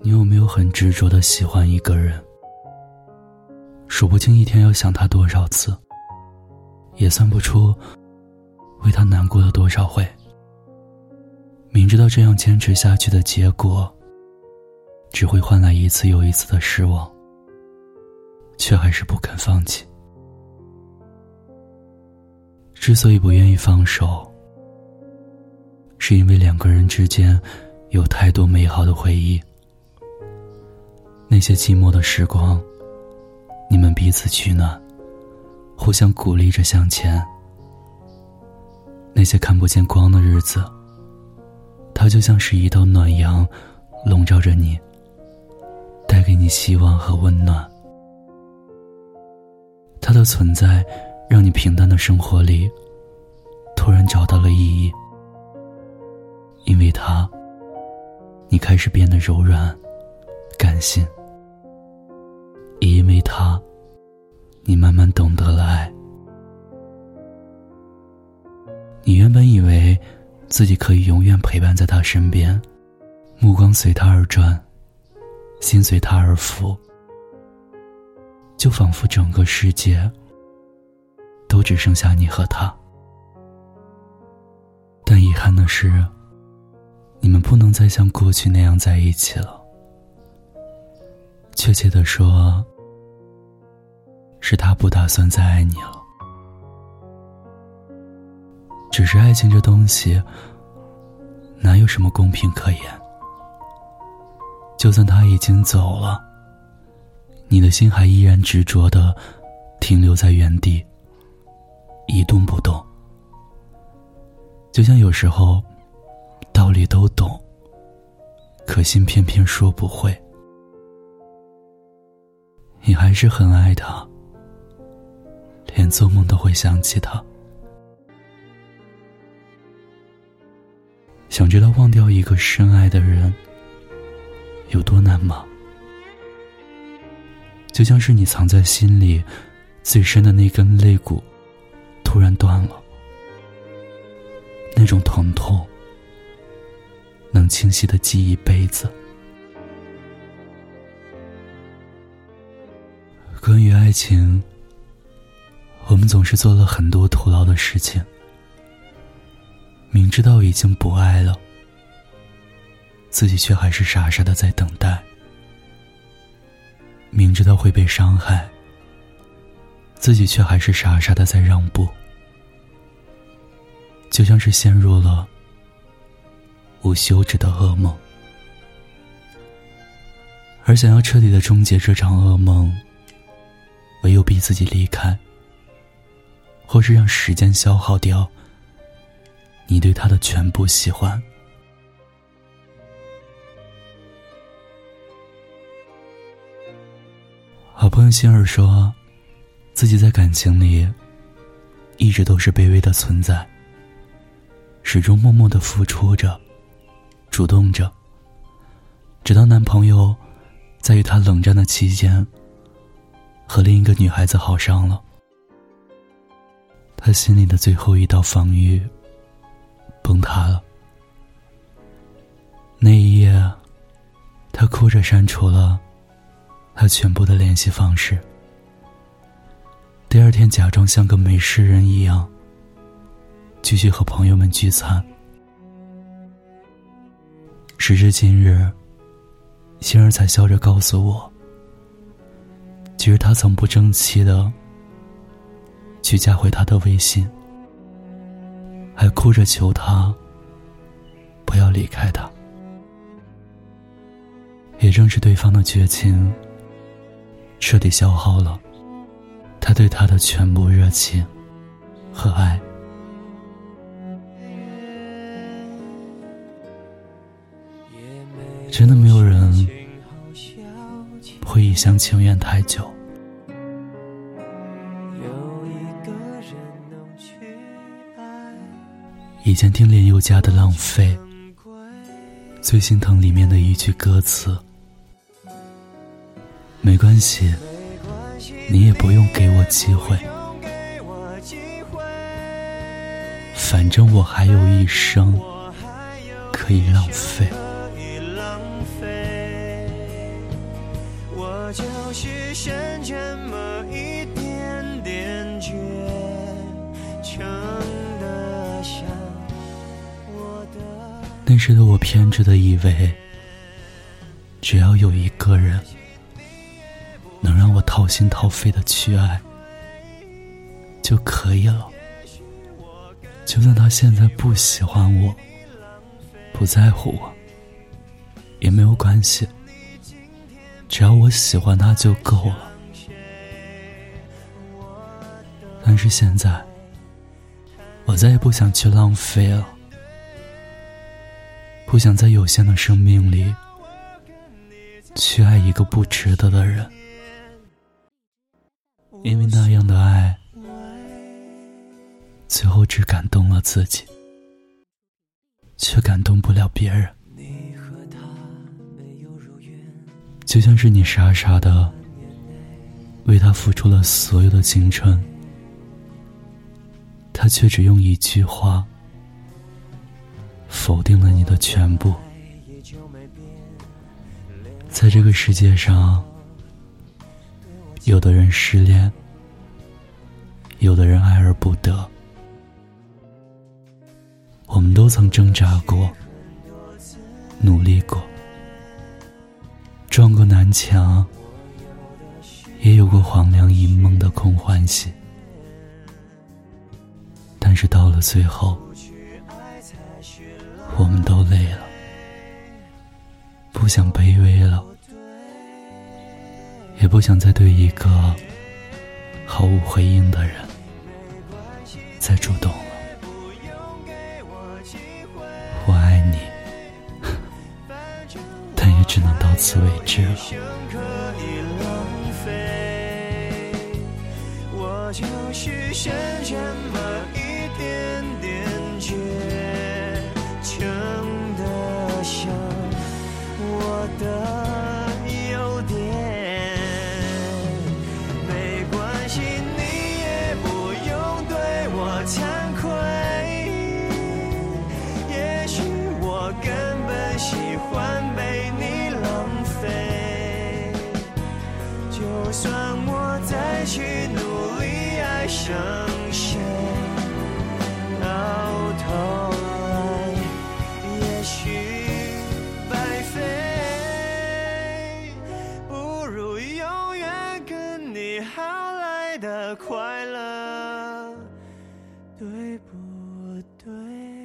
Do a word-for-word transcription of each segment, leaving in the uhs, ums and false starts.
你有没有很执着地喜欢一个人，数不清一天要想他多少次，也算不出为他难过了多少回，明知道这样坚持下去的结果只会换来一次又一次的失望，却还是不肯放弃。之所以不愿意放手，是因为两个人之间有太多美好的回忆。那些寂寞的时光，你们彼此取暖，互相鼓励着向前。那些看不见光的日子，它就像是一道暖阳，笼罩着你，带给你希望和温暖。它的存在让你平淡的生活里突然找到了意义，因为它，你开始变得柔软感性，也因为它，你慢慢懂得了爱。你原本以为自己可以永远陪伴在他身边，目光随他而转，心随他而浮，就仿佛整个世界都只剩下你和他。但遗憾的是，你们不能再像过去那样在一起了。确切地说，是他不打算再爱你了。只是爱情这东西，哪有什么公平可言？就算他已经走了，你的心还依然执着地停留在原地，一动不动。就像有时候道理都懂，可心偏偏说不会。你还是很爱他，连做梦都会想起他。想知道忘掉一个深爱的人有多难吗？就像是你藏在心里最深的那根肋骨突然断了，那种疼痛能清晰地记一辈子。关于爱情，我们总是做了很多徒劳的事情，明知道已经不爱了，自己却还是傻傻的在等待。明知道会被伤害，自己却还是傻傻的在让步。就像是陷入了无休止的噩梦。而想要彻底的终结这场噩梦，唯有逼自己离开，或是让时间消耗掉你对他的全部喜欢。好朋友心儿说，自己在感情里一直都是卑微的存在，始终默默地付出着，主动着，直到男朋友在与她冷战的期间和另一个女孩子好上了，她心里的最后一道防御崩塌了。那一夜，她哭着删除了他全部的联系方式。第二天假装像个没事人一样，继续和朋友们聚餐。时至今日，心儿才笑着告诉我，其实他曾不争气的去加回他的微信，还哭着求他不要离开他。也正是对方的绝情，彻底消耗了他对他的全部热情和爱。真的没有人会一厢情愿太久。以前听林宥嘉的《浪费》，最心疼里面的一句歌词，没关系，你也不用给我机会，反正我还有一生可以浪费。 就是剩这么一点点倔强的想我的。 那时的我偏执的以为，只要有一个人能让我掏心掏肺的去爱就可以了，就算他现在不喜欢我，不在乎我，也没有关系，只要我喜欢他就够了。但是现在，我再也不想去浪费了，不想在有限的生命里去爱一个不值得的人，因为那样的爱最后只感动了自己，却感动不了别人。就像是你傻傻的为他付出了所有的青春，他却只用一句话否定了你的全部。在这个世界上，有的人失恋，有的人爱而不得。我们都曾挣扎过，努力过，撞过南墙，也有过黄粱一梦的空欢喜。但是到了最后，我们都累了，不想卑微了，也不想再对一个毫无回应的人再主动了。我爱你，但也只能到此为止了。 我就是剩这么一点点倔强的想我的优点，没关系，你也不用对我惭愧，也许我根本喜欢被你浪费，就算我再去努力爱上谁，到头来也许白费，不如永远跟你好来的快乐，对不对？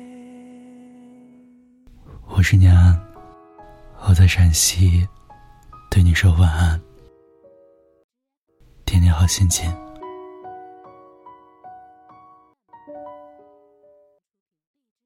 我是念安，我在陕西对你说晚安，天天好心情。